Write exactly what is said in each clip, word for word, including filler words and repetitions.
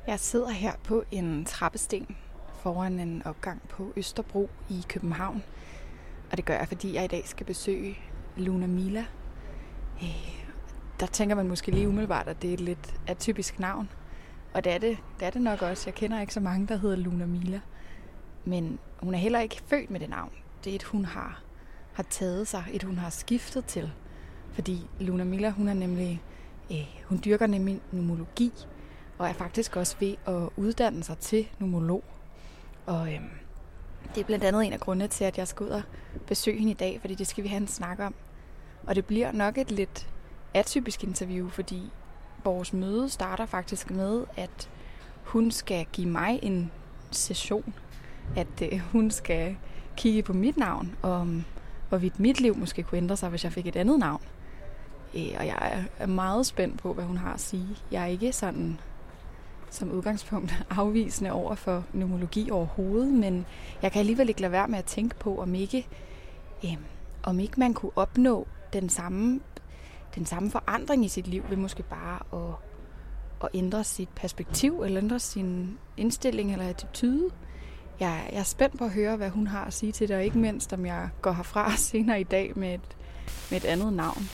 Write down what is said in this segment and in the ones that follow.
Jeg sidder her på en trappesten foran en opgang på Østerbro i København. Og det gør jeg, fordi jeg i dag skal besøge Luna Mila. Der tænker man måske lige umiddelbart, at det er et lidt atypisk navn. Og det er det, det er det nok også. Jeg kender ikke så mange, der hedder Luna Mila. Men hun er heller ikke født med det navn. Det er et, hun har, har taget sig, et hun har skiftet til. Fordi Luna Mila, hun er nemlig, øh, hun dyrker nemlig numologi, og er faktisk også ved at uddanne sig til numolog. Og øh, det er blandt andet en af grundene til, at jeg skal ud og besøge hende i dag, fordi det skal vi have en snak om. Og det bliver nok et lidt atypisk interview, fordi vores møde starter faktisk med, at hun skal give mig en session. At øh, hun skal kigge på mit navn, og om hvorvidt mit liv måske kunne ændre sig, hvis jeg fik et andet navn. Øh, og jeg er meget spændt på, hvad hun har at sige. Jeg er ikke sådan som udgangspunkt afvisende over for numologi overhovedet, men jeg kan alligevel ikke lade være med at tænke på, om ikke, øh, om ikke man kunne opnå den samme, den samme forandring i sit liv, ved måske bare at, at ændre sit perspektiv, eller ændre sin indstilling eller attitude. Jeg, jeg er spændt på at høre, hvad hun har at sige til det, og ikke mindst, om jeg går herfra senere i dag med et, med et andet navn.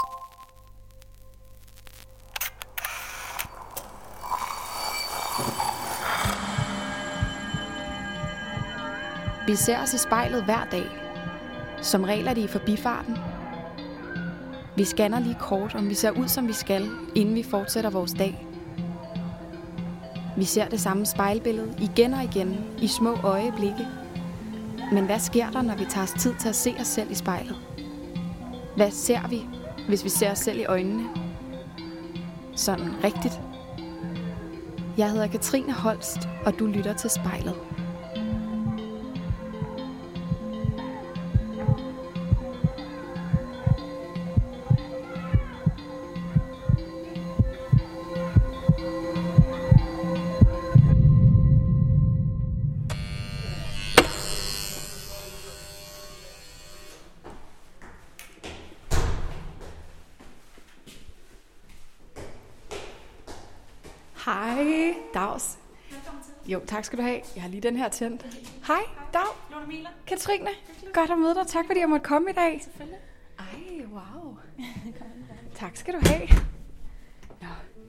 Vi ser os i spejlet hver dag. Som regel er det i forbifarten. Vi scanner lige kort, om vi ser ud, som vi skal, inden vi fortsætter vores dag. Vi ser det samme spejlbillede igen og igen i små øjeblikke. Men hvad sker der, når vi tager os tid til at se os selv i spejlet? Hvad ser vi, hvis vi ser os selv i øjnene? Sådan rigtigt. Jeg hedder Katrine Holst, og du lytter til Spejlet. Hej, Dags. Jo, tak skal du have. Jeg har lige den her tændt. Hej, Dag. Luna Mila. Katrine. Godt at møde dig. Tak fordi jeg måtte komme i dag. Selvfølgelig. Ej, wow. Tak skal du have. Ja.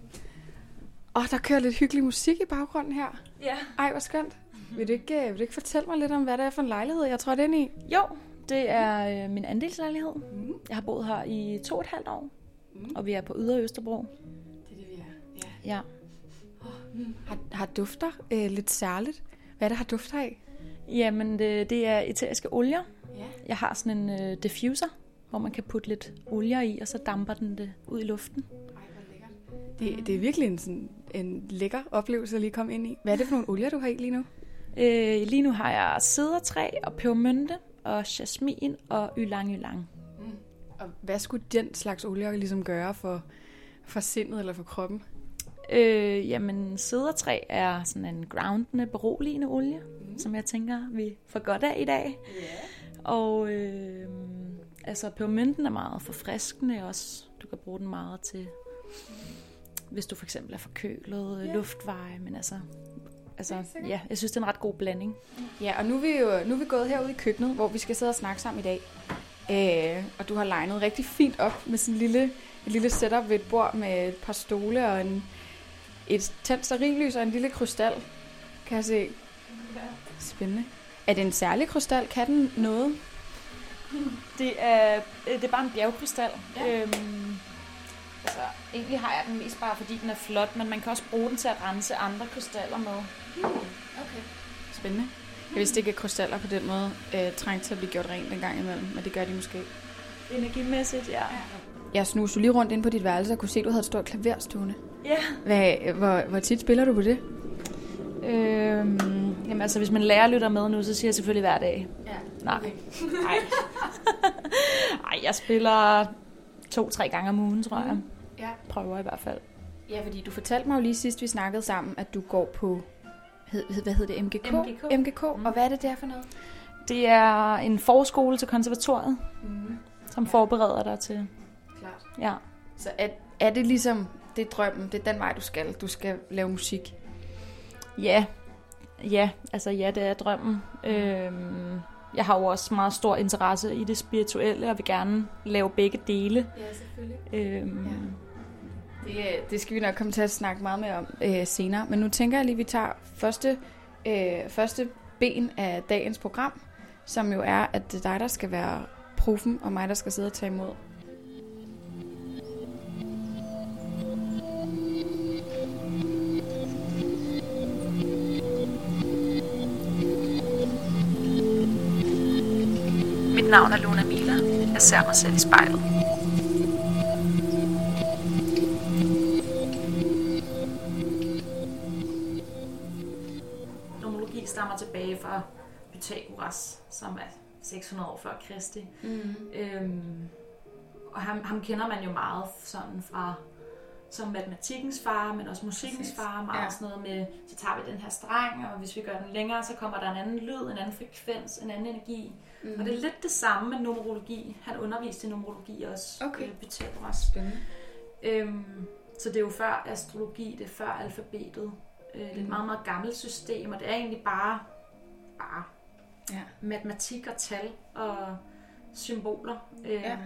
Og der kører lidt hyggelig musik i baggrunden her. Ja. Ej, hvor skønt. Mm-hmm. Vil, du ikke, vil du ikke fortælle mig lidt om, hvad det er for en lejlighed, jeg trådte ind i? Jo, det er øh, min andelslejlighed. Mm. Jeg har boet her i to og et halvt år, Mm. og vi er på Ydre Østerbro. Det er det, vi er. Ja. Ja. Mm. Har, har dufter øh, lidt særligt? Hvad er det, har dufter af? Jamen, det, det er æteriske olier. Ja. Jeg har sådan en øh, diffuser, hvor man kan putte lidt olier i, og så damper den det ud i luften. Ej, hvor lækkert. Det, det er virkelig en, sådan, en lækker oplevelse at lige komme ind i. Hvad er det for nogle olier, du har i lige nu? Øh, lige nu har jeg cedertræ og pebermynte og jasmin og ylang ylang. Mm. Og hvad skulle den slags olier ligesom gøre for, for sindet eller for kroppen? Øh, jamen, cedertræ er sådan en groundende, beroligende olie, mm. som jeg tænker, vi får godt af i dag. Yeah. Og øh, altså, pebermynten er meget forfriskende også. Du kan bruge den meget til, hvis du for eksempel er forkølet, yeah. luftveje, men altså, altså ja, jeg synes, det er en ret god blanding. Ja, og nu er vi jo nu er vi gået herude i køkkenet, hvor vi skal sidde og snakke sammen i dag. Øh, og du har legnet rigtig fint op med sådan en lille, et lille setup ved et bord med et par stole og en, et tændt stearinlys og en lille krystal, kan jeg se. Spændende. Er det en særlig krystal? Kan den noget? Det er, det er bare en bjergkrystal. Ja. Øhm, altså, egentlig har jeg den mest bare, fordi den er flot, men man kan også bruge den til at rense andre krystaller med. Okay. Spændende. Jeg vidste ikke, at krystaller på den måde øh, trængte til at blive gjort rent en gang imellem, men det gør de måske. Energimæssigt, ja. Jeg snusede lige rundt ind på dit værelse og kunne se, at du havde et stort klaver stående. Ja. Hvad, hvor, hvor tit spiller du på det? Øhm, jamen altså, hvis man lærer lytter med nu, så siger jeg selvfølgelig hver dag. Ja. Nej. Nej. Ej, jeg spiller to-tre gange om ugen, tror jeg. Ja. Prøver i hvert fald. Ja, fordi du fortalte mig jo lige sidst, vi snakkede sammen, at du går på, hed, hvad hedder det, M G K? M G K. M G K. Mm. Og hvad er det der for noget? Det er en forskole til konservatoriet, mm. som ja. forbereder dig til. Klart. Ja. Så er, er det ligesom, det er drømmen, det er den vej, du skal. Du skal lave musik. Ja, ja, altså ja, det er drømmen. Øhm, jeg har jo også meget stor interesse i det spirituelle, og vil gerne lave begge dele. Ja, selvfølgelig. Øhm, ja. Det, det skal vi nok komme til at snakke meget mere om øh, senere. Men nu tænker jeg lige, at vi tager første, øh, første ben af dagens program, som jo er, at det er dig, der skal være profen, og mig, der skal sidde og tage imod. Mit navn er Luna Mila. Jeg ser mig selv i spejlet. Numerologi stammer tilbage fra Pythagoras, som er seks hundrede år før Kristi. Mm. Øhm, og ham, ham kender man jo meget sådan fra som matematikkens far, men også musikkens Præcis. far, meget ja. sådan noget med, så tager vi den her streng, og hvis vi gør den længere, så kommer der en anden lyd, en anden frekvens, en anden energi. Mm. Og det er lidt det samme med numerologi. Han underviste i numerologi også, okay. Pythagoras. Spændende. Øhm, så det er jo før astrologi, det er før alfabetet. Øh, det er et meget, meget gammelt system, og det er egentlig bare, bare ja. matematik og tal og symboler. Øhm, ja.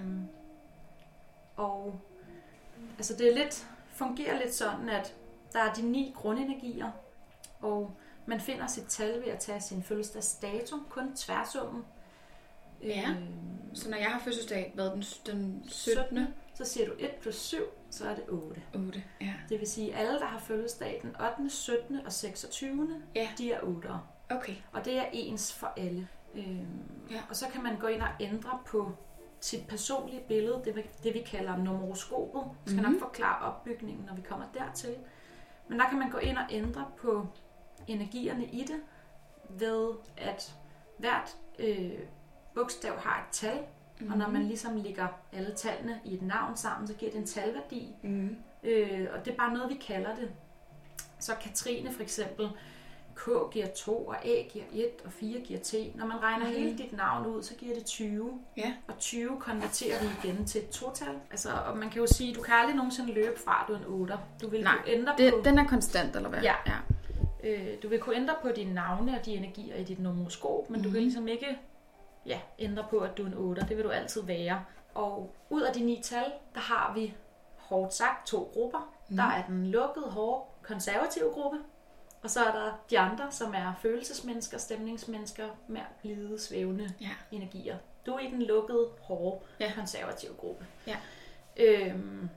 Og altså det er lidt, fungerer lidt sådan, at der er de ni grundenergier, og man finder sit tal ved at tage sin fødselsdagsdato, kun tværsummen. Ja, øhm, så når jeg har fødselsdag, hvad den, den syttende, så siger du et plus syv, så er det otte. otte, ja. Det vil sige, at alle, der har fødselsdag den ottende, syttende og seksogtyvende, ja. de er otter. Okay. Og det er ens for alle. Øhm, ja. Og så kan man gå ind og ændre på sit personlige billede, det, det vi kalder numeroskopet. Jeg skal mm-hmm. nok forklare opbygningen, når vi kommer dertil. Men der kan man gå ind og ændre på energierne i det, ved at hvert øh, bogstav har et tal, mm-hmm. og når man ligesom lægger alle tallene i et navn sammen, så giver det en talværdi. Mm-hmm. Øh, og det er bare noget, vi kalder det. Så Katrine for eksempel, K giver to, og A giver et, og fire giver T. Når man regner mm. hele dit navn ud, så giver det tyve. Ja. Og tyve konverterer vi igen til et total. Altså, og man kan jo sige, du kan aldrig nogensinde løbe fra, du er en otter. Du vil Nej, kunne ændre det, på... den er konstant, eller hvad? Ja. ja. Øh, du vil kunne ændre på dine navne og de energier i dit numeroskop, men mm. du kan ligesom ikke ja, ændre på, at du er en otter. Det vil du altid være. Og ud af de ni tal, der har vi hårdt sagt to grupper. Mm. Der er den lukkede, hårde, konservative gruppe. Og så er der de andre, som er følelsesmennesker, stemningsmennesker, mere blide, svævende ja. energier. Du er i den lukkede, hårde, ja. konservative gruppe. Ja. Øhm,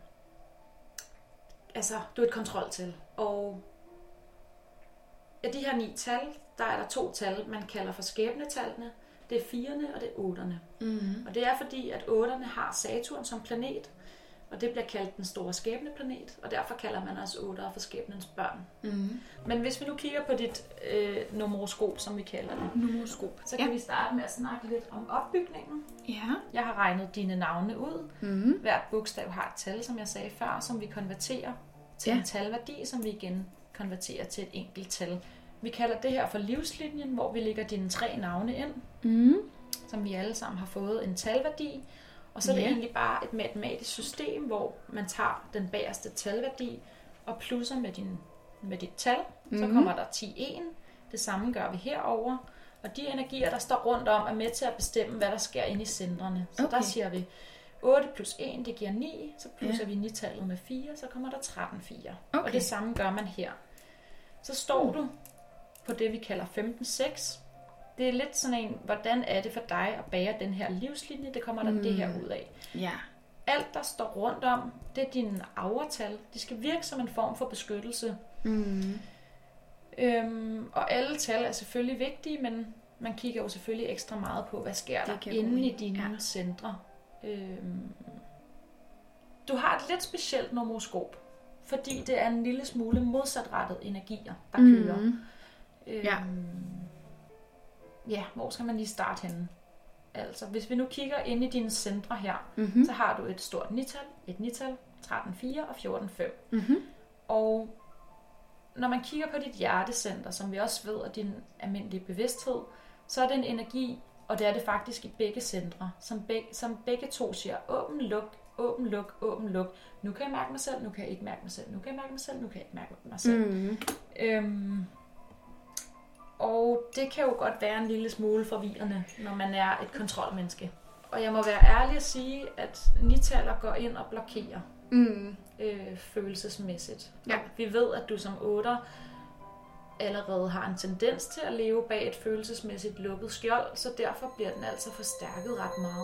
altså, du er et kontroltal. Og af de her ni tal, der er der to tal, man kalder for skæbnetallene. Det er firerne, og det er otterne. Mm-hmm. Og det er fordi, at otterne har Saturn som planet, og det bliver kaldt den store skæbneplanet, og derfor kalder man også otter for skæbnens børn. Mm-hmm. Men hvis vi nu kigger på dit øh, numeroskop, som vi kalder det, numeroskop. så kan ja. vi starte med at snakke lidt om opbygningen. Ja. Jeg har regnet dine navne ud. Mm-hmm. Hvert bogstav har et tal, som jeg sagde før, som vi konverterer til ja. en talværdi, som vi igen konverterer til et enkelt tal. Vi kalder det her for livslinjen, hvor vi lægger dine tre navne ind, mm-hmm. som vi alle sammen har fået en talværdi. Og så er det ja. egentlig bare et matematisk system, hvor man tager den bagerste talværdi og plusser med, din, med dit tal. Mm-hmm. Så kommer der ti en. Det samme gør vi herover. Og de energier, der står rundt om, er med til at bestemme, hvad der sker inde i centrene. Så okay. der siger vi otte plus en, det giver ni. Så plusser ja. vi ni-tallet med fire, så kommer der tretten fire. Okay. Og det samme gør man her. Så står mm. du på det, vi kalder femten seks. Det er lidt sådan en, hvordan er det for dig at bære den her livslinje? Det kommer der mm. det her ud af. Ja. Alt, der står rundt om, det er dine auratal. De skal virke som en form for beskyttelse. Mm. Øhm, og alle tal er selvfølgelig vigtige, men man kigger jo selvfølgelig ekstra meget på, hvad sker der inde i dine ja. centre. Øhm, du har et lidt specielt numeroskop, fordi det er en lille smule modsatrettet energier, der mm. kører. Øhm, ja. Ja, hvor skal man lige starte henne? Altså, hvis vi nu kigger ind i dine centre her, mm-hmm. så har du et stort nital, et nital, tretten fire og fjorten fem. Mm-hmm. Og når man kigger på dit hjertecenter, som vi også ved er din almindelige bevidsthed, så er det en energi, og det er det faktisk i begge centre, som begge, som begge to siger, åben, luk, åben, luk, åben, luk. Nu kan jeg mærke mig selv, nu kan jeg ikke mærke mig selv, nu kan jeg mærke mig selv, nu kan jeg ikke mærke mig selv. Mm-hmm. Øhm, Og det kan jo godt være en lille smule forvirrende, når man er et kontrolmenneske. Og jeg må være ærlig at sige, at nitaller går ind og blokerer mm. øh, følelsesmæssigt. Ja. Vi ved, at du som otter allerede har en tendens til at leve bag et følelsesmæssigt lukket skjold, så derfor bliver den altså forstærket ret meget.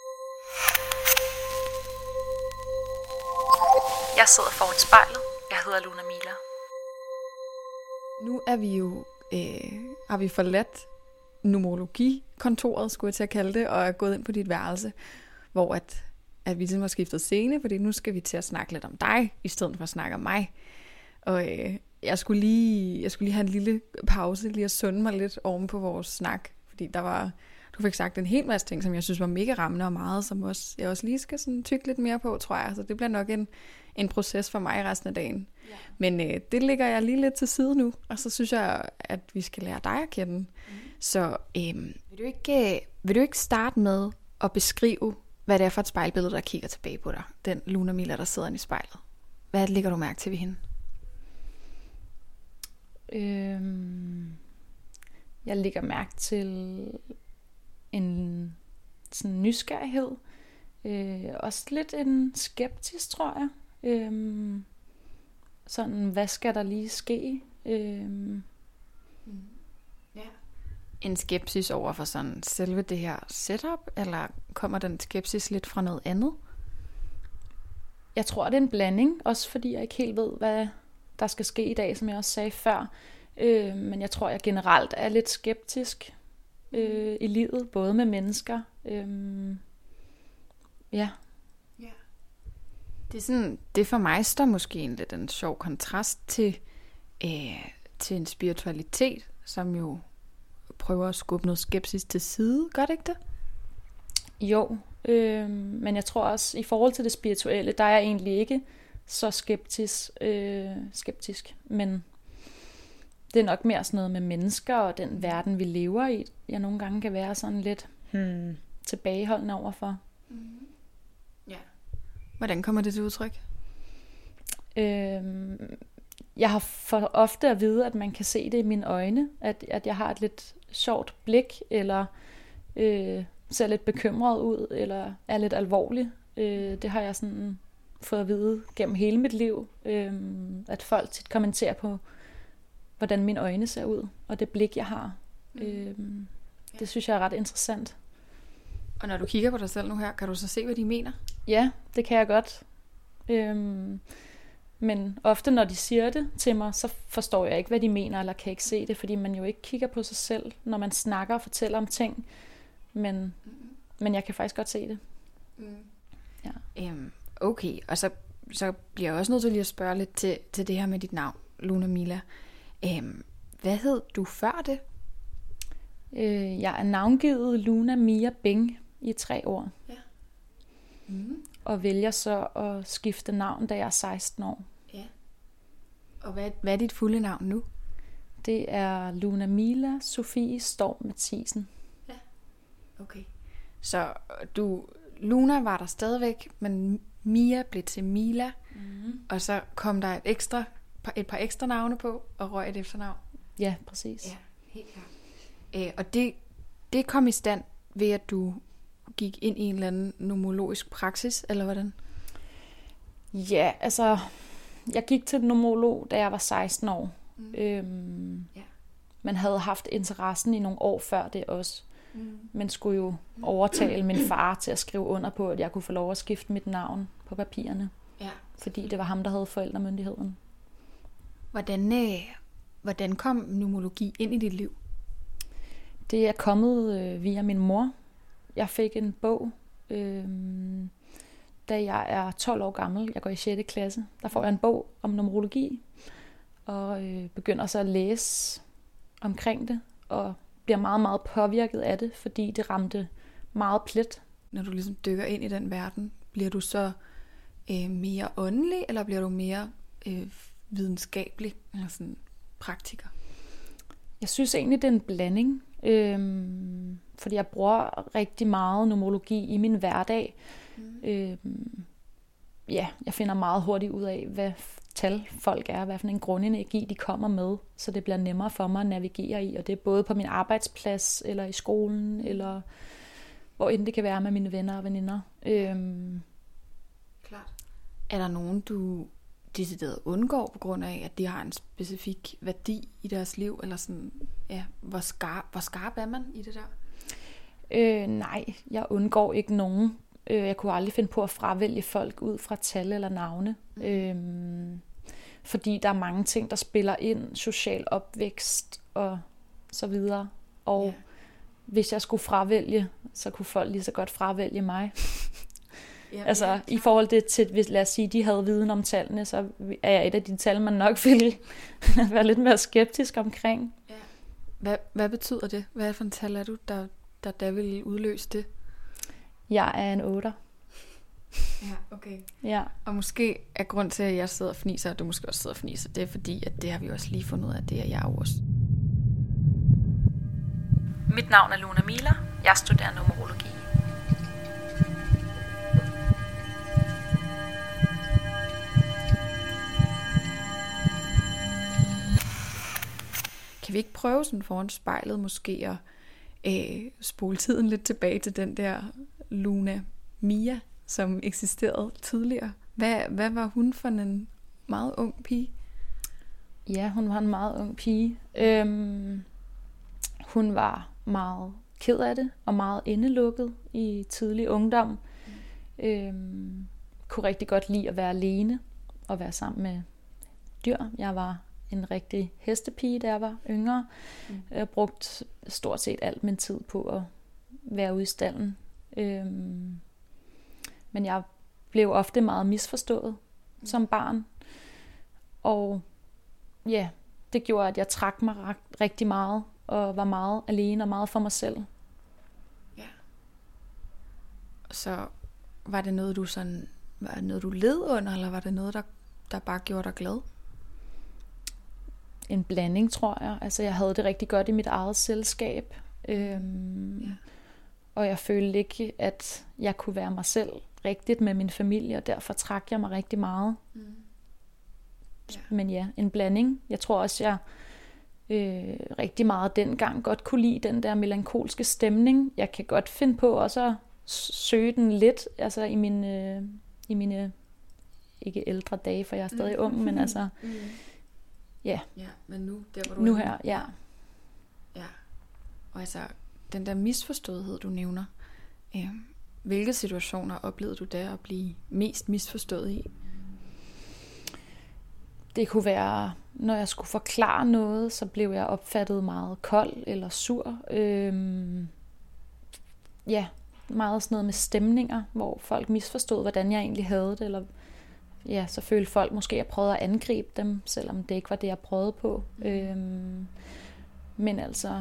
Jeg sidder foran spejlet. Jeg hedder Luna Mila. Nu er vi jo, øh, har vi forladt numerologikontoret, skulle jeg til at kalde det, og er gået ind på dit værelse, hvor at, at vi ligesom har skiftet scene, fordi nu skal vi til at snakke lidt om dig, i stedet for at snakke om mig. Og øh, jeg, skulle lige, jeg skulle lige have en lille pause, lige at sunde mig lidt oven på vores snak, fordi der var, du fik sagt en hel masse ting, som jeg synes var mega rammende og meget, som også, jeg også lige skal sådan tykke lidt mere på, tror jeg. Så det bliver nok en, en proces for mig resten af dagen. Ja. Men øh, det ligger jeg lige lidt til side nu, og så synes jeg, at vi skal lære dig at kende. Mm. Så øh, vil, du ikke, øh, vil du ikke starte med at beskrive, hvad det er for et spejlbillede, der kigger tilbage på dig? Den Luna Mila, der sidder i spejlet. Hvad ligger du mærke til ved hende? Øhm, jeg lægger mærke til en sådan nysgerrighed. Øh, også lidt en skeptisk, tror jeg. Øhm, sådan, hvad skal der lige ske? Øhm. Mm. Ja. En skepsis over for sådan selve det her setup, eller kommer den skepsis lidt fra noget andet? Jeg tror, det er en blanding, også fordi jeg ikke helt ved, hvad der skal ske i dag, som jeg også sagde før. Øh, men jeg tror, jeg generelt er lidt skeptisk øh, i livet, både med mennesker. Øh, ja. ja. Det er sådan, det for mig står måske en lidt en sjov kontrast til, øh, til en spiritualitet, som jo prøver at skubbe noget skepsis til side. Gør det ikke det? Jo, øh, men jeg tror også, i forhold til det spirituelle, der er jeg egentlig ikke så skeptisk, øh, skeptisk, men det er nok mere sådan noget med mennesker og den verden, vi lever i, jeg nogle gange kan være sådan lidt hmm, tilbageholdende overfor. Mm-hmm. Ja. Hvordan kommer det til udtryk? Øhm, jeg har for ofte at vide, at man kan se det i mine øjne, at, at jeg har et lidt sjovt blik, eller øh, ser lidt bekymret ud, eller er lidt alvorlig. Øh, det har jeg sådan fået at vide gennem hele mit liv, øh, at folk tit kommenterer på, hvordan mine øjne ser ud, og det blik, jeg har. Mm. Øh, det ja. synes jeg er ret interessant. Og når du kigger på dig selv nu her, kan du så se, hvad de mener? Ja, det kan jeg godt. Øhm, men ofte, når de siger det til mig, så forstår jeg ikke, hvad de mener, eller kan ikke se det, fordi man jo ikke kigger på sig selv, når man snakker og fortæller om ting. Men, mm. men jeg kan faktisk godt se det. Mm. Ja. Øhm, okay, og så, så bliver jeg også nødt til lige at spørge lidt til, til det her med dit navn, Luna Mila. Øhm, hvad hed du før det? Øh, jeg er navngivet Luna Mia Bing i tre år. Ja. Mm. Og vælger så at skifte navn, da jeg er seksten år. Ja. Og hvad, hvad er dit fulde navn nu? Det er Luna Mila Sofie Storm Mathisen. Ja. Okay. Så du, Luna var der stadigvæk, men Mia blev til Mila. Mm. Og så kom der et ekstra, et par ekstra navne på, og røg et efternavn. Ja, præcis. Ja, helt klart. Æ, og det, det kom i stand ved, at du gik ind i en eller anden numerologisk praksis, eller hvordan? Ja, altså, jeg gik til numerolog, da jeg var seksten år. Mm. Øhm, ja. Man havde haft interessen i nogle år før det også. Mm. Men skulle jo overtale min far til at skrive under på, at jeg kunne få lov at skifte mit navn på papirerne. Ja. Fordi det var ham, der havde forældremyndigheden. Hvordan, øh, hvordan kom numerologi ind i dit liv? Det er kommet øh, via min mor. Jeg fik en bog, øh, da jeg er tolv år gammel. Jeg går i sjette klasse. Der får jeg en bog om numerologi, og øh, begynder så at læse omkring det, og bliver meget, meget påvirket af det, fordi det ramte meget plet. Når du ligesom dykker ind i den verden, bliver du så øh, mere åndelig, eller bliver du mere øh, videnskabelig, eller sådan praktiker? Jeg synes egentlig, det er en blanding. Øhm, fordi jeg bruger rigtig meget numerologi i min hverdag. Mm. Øhm, ja, jeg finder meget hurtigt ud af, hvad tal folk er, hvad for en grundenergi de kommer med, så det bliver nemmere for mig at navigere i, og det er både på min arbejdsplads, eller i skolen, eller hvor end det kan være med mine venner og veninder. Øhm. Klart. Er der nogen, du decideret undgår på grund af, at de har en specifik værdi i deres liv, eller sådan, ja, hvor skarp, hvor skarp er man i det der? Øh, nej, jeg undgår ikke nogen. Jeg kunne aldrig finde på at fravælge folk ud fra tal eller navne. Mm. Øhm, fordi der er mange ting, der spiller ind. Social opvækst og så videre. Og yeah. hvis jeg skulle fravælge, så kunne folk lige så godt fravælge mig. Yeah, altså yeah, i forhold til, hvis lad os sige, de havde viden om tallene, så er jeg et af de tal, man nok ville være lidt mere skeptisk omkring. Yeah. Hvad, hvad betyder det? Hvad for en tal er du, der, der, der vil udløse det? Jeg er en otter. Ja, okay. Ja. Og måske er grund til, at jeg sidder og fniser, og du måske også sidder og fniser, det er fordi, at det har vi også lige fundet ud af, det er jeg også. Mit navn er Luna Mila. Jeg studerer numerologi. Kan vi ikke prøve sådan foran spejlet måske at øh, spole tiden lidt tilbage til den der Luna Mia, som eksisterede tidligere? Hvad, hvad var hun for en meget ung pige? Ja, hun var en meget ung pige. Øhm, hun var meget ked af det og meget indelukket i tidlig ungdom. Mm. Øhm, kunne rigtig godt lide at være alene og være sammen med dyr. Jeg var en rigtig hestepige, da jeg var yngre. Mm. Jeg brugte stort set alt min tid på at være ude i stalden. Øhm, men jeg blev ofte meget misforstået mm. som barn. Og ja, det gjorde, at jeg trak mig ret, rigtig meget og var meget alene og meget for mig selv. Ja. Så var det noget, du sådan, var det noget, du led under, eller var det noget, der, der bare gjorde dig glad? En blanding, tror jeg. Altså, jeg havde det rigtig godt i mit eget selskab. Øhm, ja. Og jeg følte ikke, at jeg kunne være mig selv rigtigt med min familie, og derfor trak jeg mig rigtig meget. Mm. Ja. Men ja, en blanding. Jeg tror også, jeg øh, rigtig meget dengang godt kunne lide den der melankolske stemning. Jeg kan godt finde på også at søge den lidt, altså i mine, øh, i mine ikke ældre dage, for jeg er stadig mm. ung, men altså mm. ja. Ja, men nu, der hvor du nu er her, ja. Ja. Og altså, den der misforståethed, du nævner, øh, hvilke situationer oplevede du der at blive mest misforstået i? Det kunne være, når jeg skulle forklare noget, så blev jeg opfattet meget kold eller sur. Øhm, ja, meget sådan noget med stemninger, hvor folk misforstod, hvordan jeg egentlig havde det. Eller ja, så følte folk måske, at jeg prøvede at angribe dem, selvom det ikke var det, jeg prøvede på. Øhm, men altså,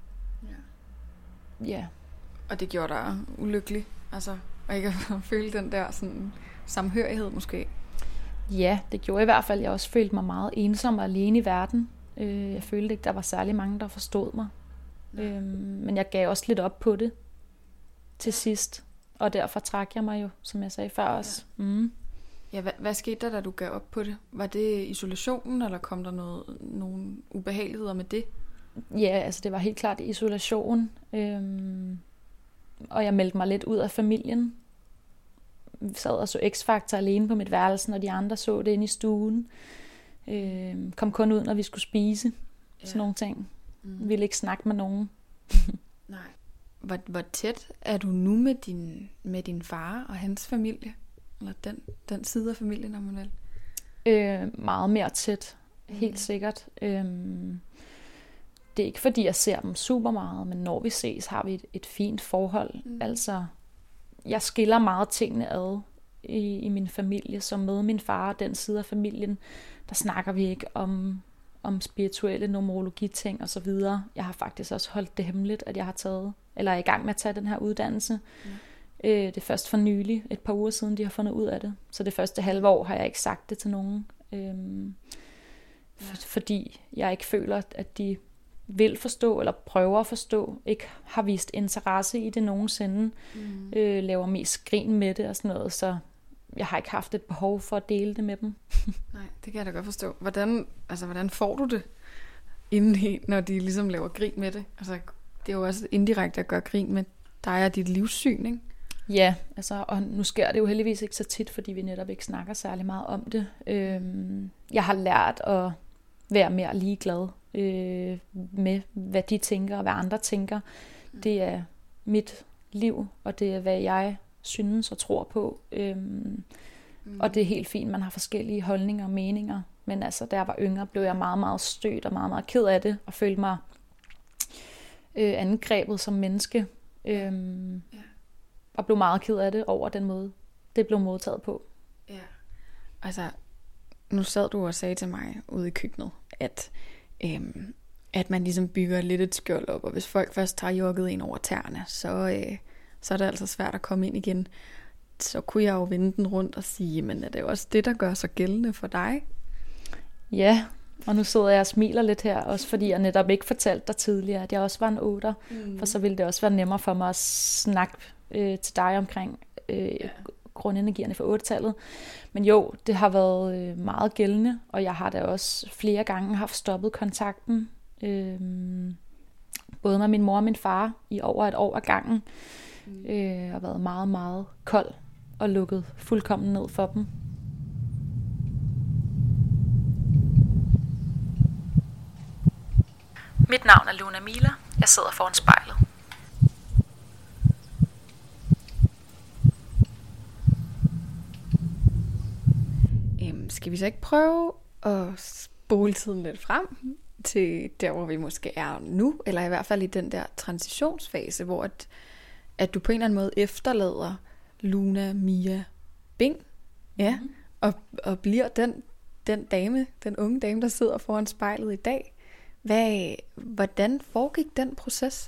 ja. ja. Og det gjorde dig ulykkelig, altså, og ikke at føle den der sådan samhørighed måske? Ja, det gjorde i hvert fald. Jeg også følte mig meget ensom og alene i verden. Jeg følte ikke, der var særlig mange, der forstod mig. Ja. Men jeg gav også lidt op på det til sidst. Og derfor trak jeg mig jo, som jeg sagde før også. Ja, mm. ja hvad, hvad skete der, da du gav op på det? Var det isolationen, eller kom der noget, nogle ubehageligheder med det? Ja, altså det var helt klart isolation. Øhm, og jeg meldte mig lidt ud af familien. Sad og så X-Factor alene på mit værelse, og de andre så det inde i stuen. Øh, kom kun ud, når vi skulle spise. Ja. Sådan nogle ting. Mm. Ville ikke snakke med nogen. Nej. Hvor, hvor tæt er du nu med din, med din far og hans familie? Eller den, den side af familien, om man vil? Øh, meget mere tæt. Helt mm. sikkert. Øh, det er ikke fordi, jeg ser dem super meget, men når vi ses, har vi et, et fint forhold. Mm. Altså... Jeg skiller meget tingene ad i, i min familie, som med min far og den side af familien, der snakker vi ikke om, om spirituelle numerologiting og så videre. Jeg har faktisk også holdt det hemmeligt, at jeg har taget, eller er i gang med at tage den her uddannelse. Mm. Øh, det er først for nylig, et par uger siden, de har fundet ud af det. Så det første halve år har jeg ikke sagt det til nogen. Øhm, ja. for, fordi jeg ikke føler, at de vil forstå, eller prøver at forstå, ikke har vist interesse i det nogensinde, mm. øh, laver mest grin med det og sådan noget, så jeg har ikke haft et behov for at dele det med dem. Nej, det kan jeg da godt forstå. Hvordan, altså, hvordan får du det indeni, når de ligesom laver grin med det? Altså, det er jo også indirekte at gøre grin med dig og dit livssyn, ikke? Ja, altså, og nu sker det jo heldigvis ikke så tit, fordi vi netop ikke snakker særlig meget om det. Øhm, jeg har lært at være mere ligeglad øh, med, hvad de tænker og hvad andre tænker. Mm. Det er mit liv, og det er, hvad jeg synes og tror på. Øhm, mm. Og det er helt fint, man har forskellige holdninger og meninger. Men altså, da jeg var yngre, blev jeg meget, meget stødt og meget, meget ked af det, og følte mig øh, angrebet som menneske. Øhm, ja. Og blev meget ked af det over den måde, det blev modtaget på. Ja. Altså, nu sad du og sagde til mig ude i køkkenet, at, øhm, at man ligesom bygger lidt et skjold op, og hvis folk først tager jokket ind over tæerne, så, øh, så er det altså svært at komme ind igen. Så kunne jeg jo vende den rundt og sige, men er det også det, der gør sig gældende for dig? Ja, og nu sidder jeg og smiler lidt her, også fordi jeg netop ikke fortalte dig tidligere, at jeg også var en otter, mm. for så ville det også være nemmere for mig at snakke øh, til dig omkring øh, ja. grundenergierne for otte-tallet. Men jo, det har været øh, meget gældende, og jeg har da også flere gange haft stoppet kontakten, øh, både med min mor og min far, i over et år ad gangen, mm. øh, og været meget, meget kold og lukket fuldkommen ned for dem. Mit navn er Luna Mila. Jeg sidder foran spejlet. Øhm, skal vi så ikke prøve at spole tiden lidt frem til der, hvor vi måske er nu, eller i hvert fald i den der transitionsfase, hvor at, at du på en eller anden måde efterlader Luna Mia Bing, ja, mm-hmm. og, og bliver den, den dame, den unge dame, der sidder foran spejlet i dag. Hvad, hvordan foregik den proces?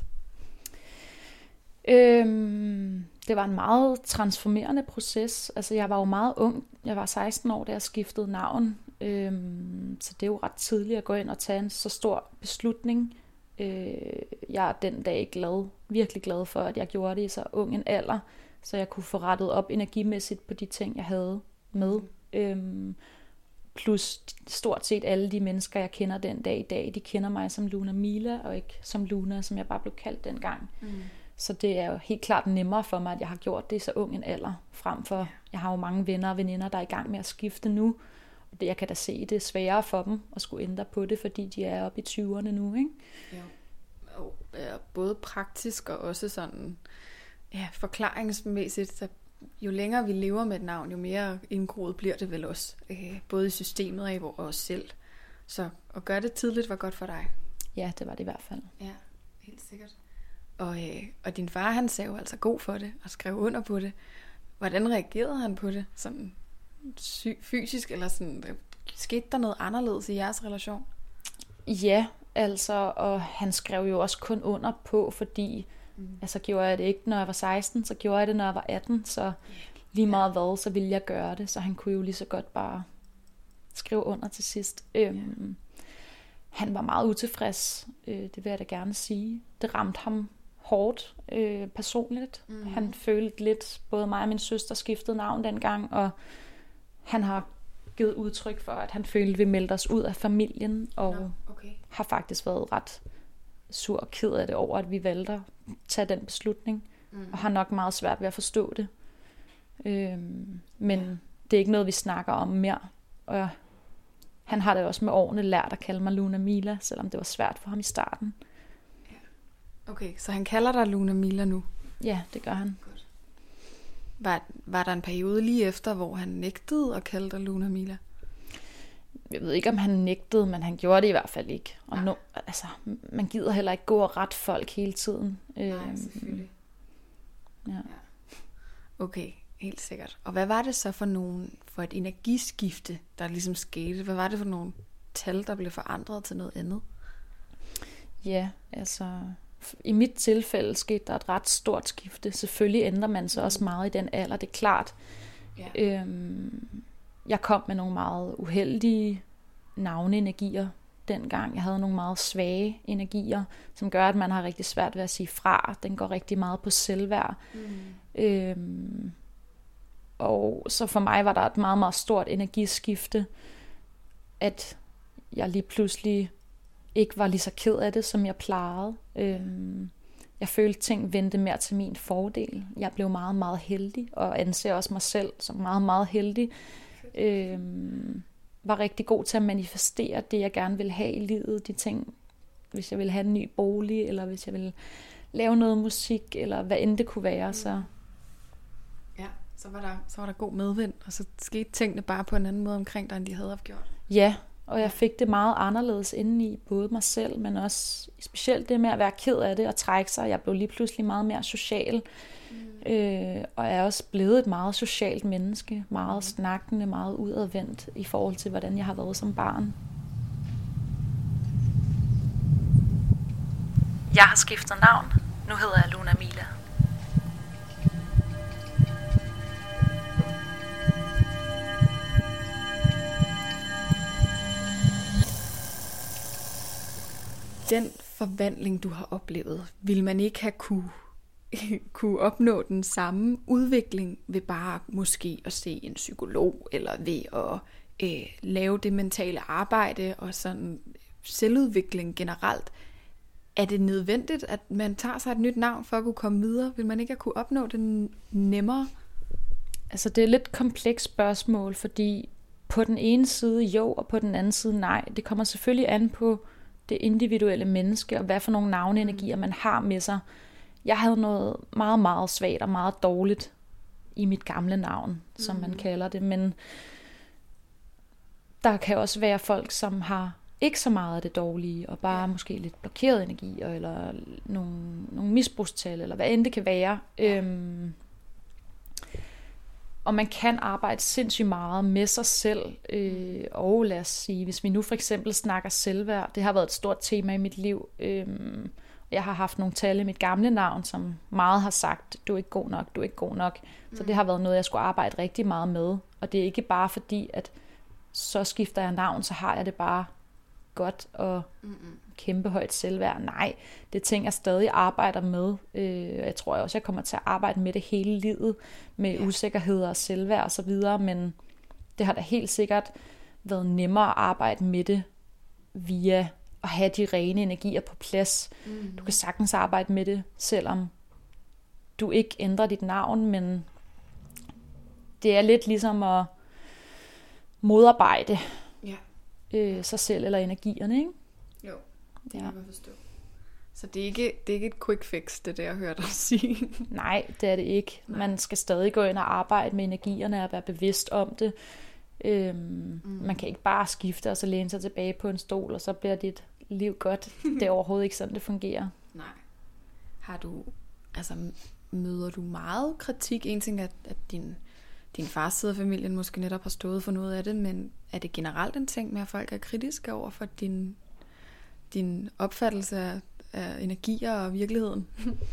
Øhm, det var en meget transformerende proces. Altså, jeg var jo meget ung. Jeg var seksten år, da jeg skiftede navn. Øhm, så det er jo ret tidligt at gå ind og tage en så stor beslutning. Øh, jeg er den dag glad, virkelig glad for, at jeg gjorde det i så ung en alder, så jeg kunne få rettet op energimæssigt på de ting, jeg havde med. Øhm, Plus stort set alle de mennesker, jeg kender den dag i dag, de kender mig som Luna Mila, og ikke som Luna, som jeg bare blev kaldt dengang. Mm. Så det er jo helt klart nemmere for mig, at jeg har gjort det i så ung en alder, frem for, jeg har jo mange venner og veninder, der er i gang med at skifte nu. Og det, jeg kan da se, det er sværere for dem at skulle ændre på det, fordi de er oppe i tyverne nu, ikke? Ja. Og, ja, både praktisk og også sådan, ja, forklaringsmæssigt, så jo længere vi lever med et navn, jo mere indgroet bliver det vel også. Øh, både i systemet og i vores selv. Så at gøre det tidligt var godt for dig. Ja, det var det i hvert fald. Ja, helt sikkert. Og, øh, og din far, han sagde jo altså god for det, og skrev under på det. Hvordan reagerede han på det? Sådan sy- fysisk, eller sådan, skete der noget anderledes i jeres relation? Ja, altså, og han skrev jo også kun under på, fordi Mm. Altså gjorde jeg det ikke, når jeg var seksten, så gjorde jeg det, når jeg var atten, så lige meget hvad, så ville jeg gøre det, så han kunne jo lige så godt bare skrive under til sidst. Yeah. Øhm, han var meget utilfreds, øh, det vil jeg da gerne sige. Det ramte ham hårdt øh, personligt. Mm. Han følte lidt, både mig og min søster skiftede navn dengang, og han har givet udtryk for, at han følte, at vi meldte os ud af familien, og no, okay. har faktisk været ret sur og ked af det over, at vi valgte at tage den beslutning, mm. og har nok meget svært ved at forstå det. Øhm, men ja. Det er ikke noget, vi snakker om mere. Og han har da også med årene lært at kalde mig Luna Mila, selvom det var svært for ham i starten. Ja. Okay, så han kalder dig Luna Mila nu? Ja, det gør han. Godt. Var, var der en periode lige efter, hvor han nægtede at kalde dig Luna Mila? Jeg ved ikke, om han nægtede, men han gjorde det i hvert fald ikke. Og no, altså, man gider heller ikke gå og rette folk hele tiden. Nej, selvfølgelig. Ja. Ja. Okay, helt sikkert. Og hvad var det så for nogen, for et energiskifte, der ligesom skete? Hvad var det for nogle tal, der blev forandret til noget andet? Ja, altså i mit tilfælde skete der et ret stort skifte. Selvfølgelig ændrer man sig mm. også meget i den alder, det er klart. Ja. Øhm, Jeg kom med nogle meget uheldige navneenergier dengang. Jeg havde nogle meget svage energier, som gør, at man har rigtig svært ved at sige fra. Den går rigtig meget på selvværd. Mm. Øhm, Og så for mig var der et meget, meget stort energiskifte, at jeg lige pludselig ikke var lige så ked af det, som jeg plejede. Øhm, jeg følte, ting vendte mere til min fordel. Jeg blev meget, meget heldig, og anser også mig selv som meget, meget heldig. Øhm, var rigtig god til at manifestere det, jeg gerne ville have i livet. De ting, hvis jeg ville have en ny bolig, eller hvis jeg ville lave noget musik, eller hvad end det kunne være. Så. Ja, så var, der, så var der god medvind, og så skete tingene bare på en anden måde omkring dig, end de havde haft gjort. Ja, og jeg fik det meget anderledes indeni, både mig selv, men også specielt det med at være ked af det og trække sig. Jeg blev lige pludselig meget mere social, mm. øh, og er også blevet et meget socialt menneske, meget snakkende, meget udadvendt i forhold til, hvordan jeg har været som barn. Jeg har skiftet navn. Nu hedder jeg Luna Mila. Den forvandling, du har oplevet, vil man ikke have kunne, kunne opnå den samme udvikling ved bare måske at se en psykolog, eller ved at øh, lave det mentale arbejde og sådan selvudvikling generelt. Er det nødvendigt, at man tager sig et nyt navn for at kunne komme videre? Vil man ikke have kunne opnå det nemmere? Altså det er et lidt komplekst spørgsmål, fordi på den ene side jo, og på den anden side nej. Det kommer selvfølgelig an på det individuelle menneske, og hvad for nogle navneenergier man har med sig. Jeg havde noget meget, meget svagt og meget dårligt i mit gamle navn, mm. som man kalder det, men der kan også være folk, som har ikke så meget af det dårlige, og bare ja. måske lidt blokeret energi, eller nogle, nogle misbrugstal, eller hvad end det kan være. Ja. Øhm, og man kan arbejde sindssygt meget med sig selv, øh, og lad os sige, hvis vi nu for eksempel snakker selvværd, det har været et stort tema i mit liv. Øh, jeg har haft nogle tal i mit gamle navn, som meget har sagt, du er ikke god nok, du er ikke god nok. Mm. Så det har været noget, jeg skulle arbejde rigtig meget med. Og det er ikke bare fordi, at så skifter jeg navn, så har jeg det bare godt og Mm-mm. kæmpe højt selvværd. Nej, det er ting, jeg stadig arbejder med. Jeg tror også, jeg kommer til at arbejde med det hele livet, med ja. usikkerheder og selvværd og så videre, men det har da helt sikkert været nemmere at arbejde med det via at have de rene energier på plads. Mm-hmm. Du kan sagtens arbejde med det, selvom du ikke ændrer dit navn, men det er lidt ligesom at modarbejde ja. øh, sig selv eller energierne, ikke? Jo, det kan ja. man forstå. Så det er, ikke, det er ikke et quick fix, det der, jeg hørte dig sige. Nej, det er det ikke. Nej. Man skal stadig gå ind og arbejde med energierne og være bevidst om det. Øhm, mm. Man kan ikke bare skifte og så læne sig tilbage på en stol, og så bliver dit liv godt. Det er overhovedet ikke sådan, det fungerer. Nej. Har du, altså møder du meget kritik? En ting er, at din, din fars side af familien måske netop har stået for noget af det, men er det generelt en ting med, at folk er kritiske over for din, din opfattelse af, af energier og virkeligheden?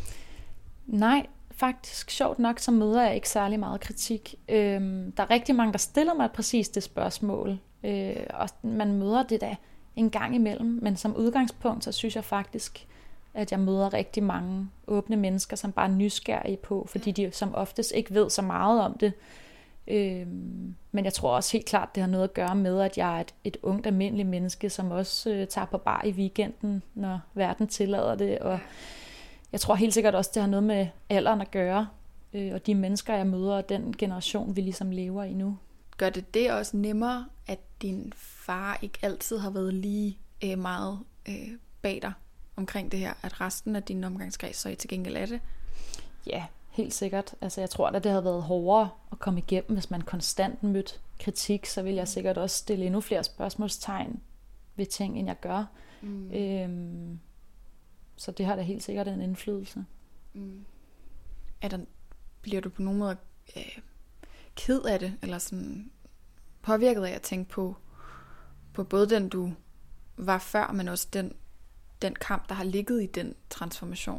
Nej, faktisk sjovt nok, så møder jeg ikke særlig meget kritik. Øhm, der er rigtig mange, der stiller mig præcis det spørgsmål, øh, og man møder det da en gang imellem, men som udgangspunkt, så synes jeg faktisk, at jeg møder rigtig mange åbne mennesker, som bare er nysgerrige på, fordi de som oftest ikke ved så meget om det. Øhm, men jeg tror også helt klart, det har noget at gøre med, at jeg er et, et ungt, almindeligt menneske, som også øh, tager på bar i weekenden, når verden tillader det, og jeg tror helt sikkert også, det har noget med alderen at gøre, øh, og de mennesker, jeg møder, og den generation, vi ligesom lever i nu. Gør det det også nemmere, at din far ikke altid har været lige øh, meget øh, bag dig omkring det her, at resten af din omgangskreds så til gengæld er det? Ja, helt sikkert. Altså, jeg tror, at det havde været hårdere at komme igennem, hvis man konstant mødte kritik, så ville jeg sikkert også stille endnu flere spørgsmålstegn ved ting, end jeg gør. Mm. Øhm, så det har da helt sikkert en indflydelse. Mm. Er der, bliver du på nogen måde øh, ked af det, eller sådan påvirket af at tænke på, på både den, du var før, men også den, den kamp, der har ligget i den transformation?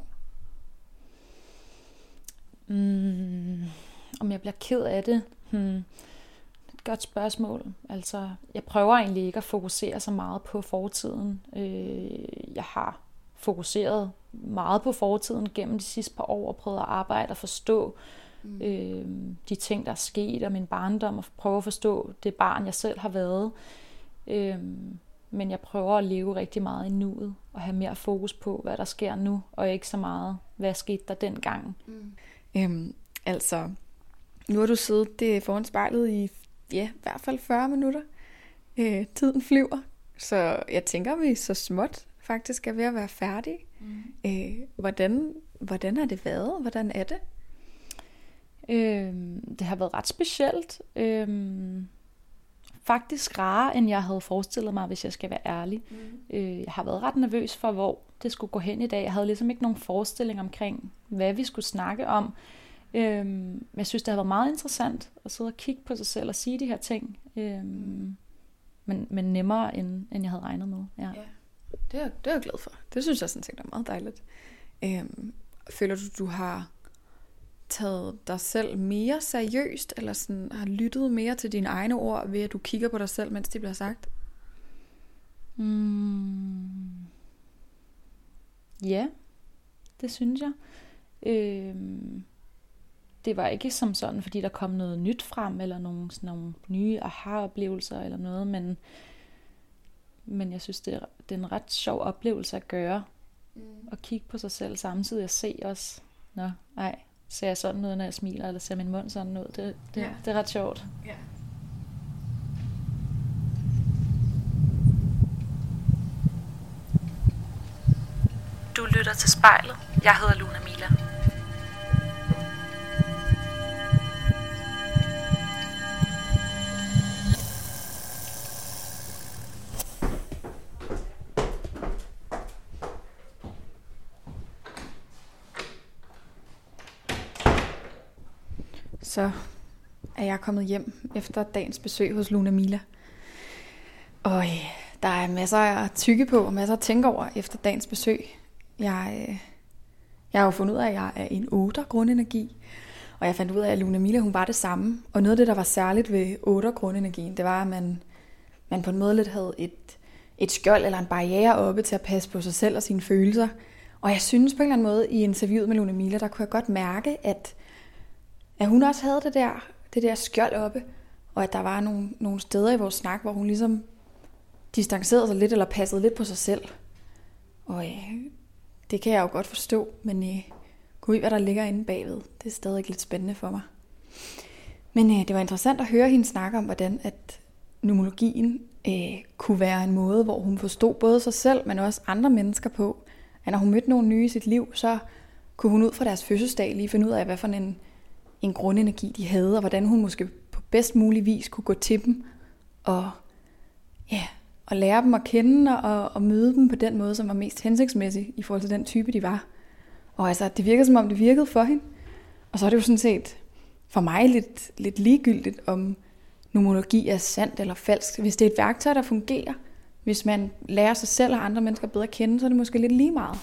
Mm, om jeg bliver ked af det? Hmm. Et godt spørgsmål. Altså, jeg prøver egentlig ikke at fokusere så meget på fortiden. Øh, jeg har fokuseret meget på fortiden gennem de sidste par år og prøvet at arbejde og forstå Mm. Øh, de ting, der er sket, og min barndom, og prøve at forstå det barn, jeg selv har været. Øh, men jeg prøver at leve rigtig meget i nuet, og have mere fokus på, hvad der sker nu, og ikke så meget, hvad skete der dengang. Mm. Øhm, altså, nu har du siddet det foran spejlet i, ja, i hvert fald fyrre minutter. Øh, tiden flyver, så jeg tænker, vi så småt faktisk er ved at være færdige. Mm. Øh, hvordan, hvordan har det været? Hvordan er det? Øh, det har været ret specielt. Øh, faktisk rarere, end jeg havde forestillet mig, hvis jeg skal være ærlig. Mm. Øh, jeg har været ret nervøs for, hvor det skulle gå hen i dag. Jeg havde ligesom ikke nogen forestilling omkring, hvad vi skulle snakke om. Øh, men jeg synes, det har været meget interessant at sidde og kigge på sig selv og sige de her ting. Øh, men, men nemmere, end, end jeg havde regnet med. Ja. Ja. Det er, det er jeg glad for. Det synes jeg sådan set er meget dejligt. Øhm, føler du, du har taget dig selv mere seriøst, eller sådan, har lyttet mere til dine egne ord, ved at du kigger på dig selv, mens de bliver sagt? Mm. Ja, det synes jeg. Øhm, det var ikke som sådan, fordi der kom noget nyt frem, eller nogle, sådan nogle nye aha-oplevelser, eller noget, men Men jeg synes, det er, det er en ret sjov oplevelse at gøre. Mm. At kigge på sig selv samtidig og se også, nå, ej, ser jeg sådan ud, når jeg smiler, eller ser min mund sådan ud. Det, det, ja. det er ret sjovt. Ja. Du lytter til Spejlet. Jeg hedder Luna Mila. Så er jeg kommet hjem efter dagens besøg hos Luna Mila. Og øh, der er masser at tygge på, og masser at tænke over efter dagens besøg. Jeg, øh, jeg har jo fundet ud af, at jeg er en otter grundenergi. Og jeg fandt ud af, at Luna Mila, hun var det samme. Og noget af det, der var særligt ved otter grundenergien, det var, at man, man på en måde lidt havde et, et skjold eller en barriere oppe til at passe på sig selv og sine følelser. Og jeg synes på en eller anden måde, i interviewet med Luna Mila, der kunne jeg godt mærke, at at hun også havde det der, det der skjold oppe, og at der var nogle, nogle steder i vores snak, hvor hun ligesom distancerede sig lidt, eller passede lidt på sig selv. Og øh, det kan jeg jo godt forstå, men øh, gud, hvad der ligger inde bagved, det er stadig lidt spændende for mig. Men øh, det var interessant at høre hende snakke om, hvordan at numerologien øh, kunne være en måde, hvor hun forstod både sig selv, men også andre mennesker på. At når hun mødte nogle nye i sit liv, så kunne hun ud fra deres fødselsdag lige finde ud af, hvad for en en grundenergi, de havde, og hvordan hun måske på bedst mulig vis kunne gå til dem, og, ja, og lære dem at kende, og, og møde dem på den måde, som var mest hensigtsmæssig, i forhold til den type, de var. Og altså, det virkede som om, det virkede for hende. Og så er det jo sådan set, for mig lidt, lidt ligegyldigt, om numerologi er sandt eller falsk. Hvis det er et værktøj, der fungerer, hvis man lærer sig selv og andre mennesker bedre at kende, så er det måske lidt lige meget.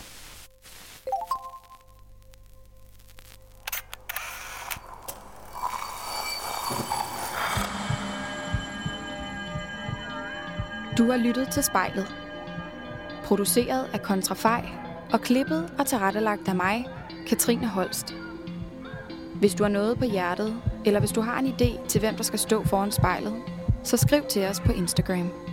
Du har lyttet til Spejlet. Produceret af Kontrafej og klippet og tilrettelagt af mig, Katrine Holst. Hvis du har noget på hjertet, eller hvis du har en idé til, hvem der skal stå foran spejlet, så skriv til os på Instagram.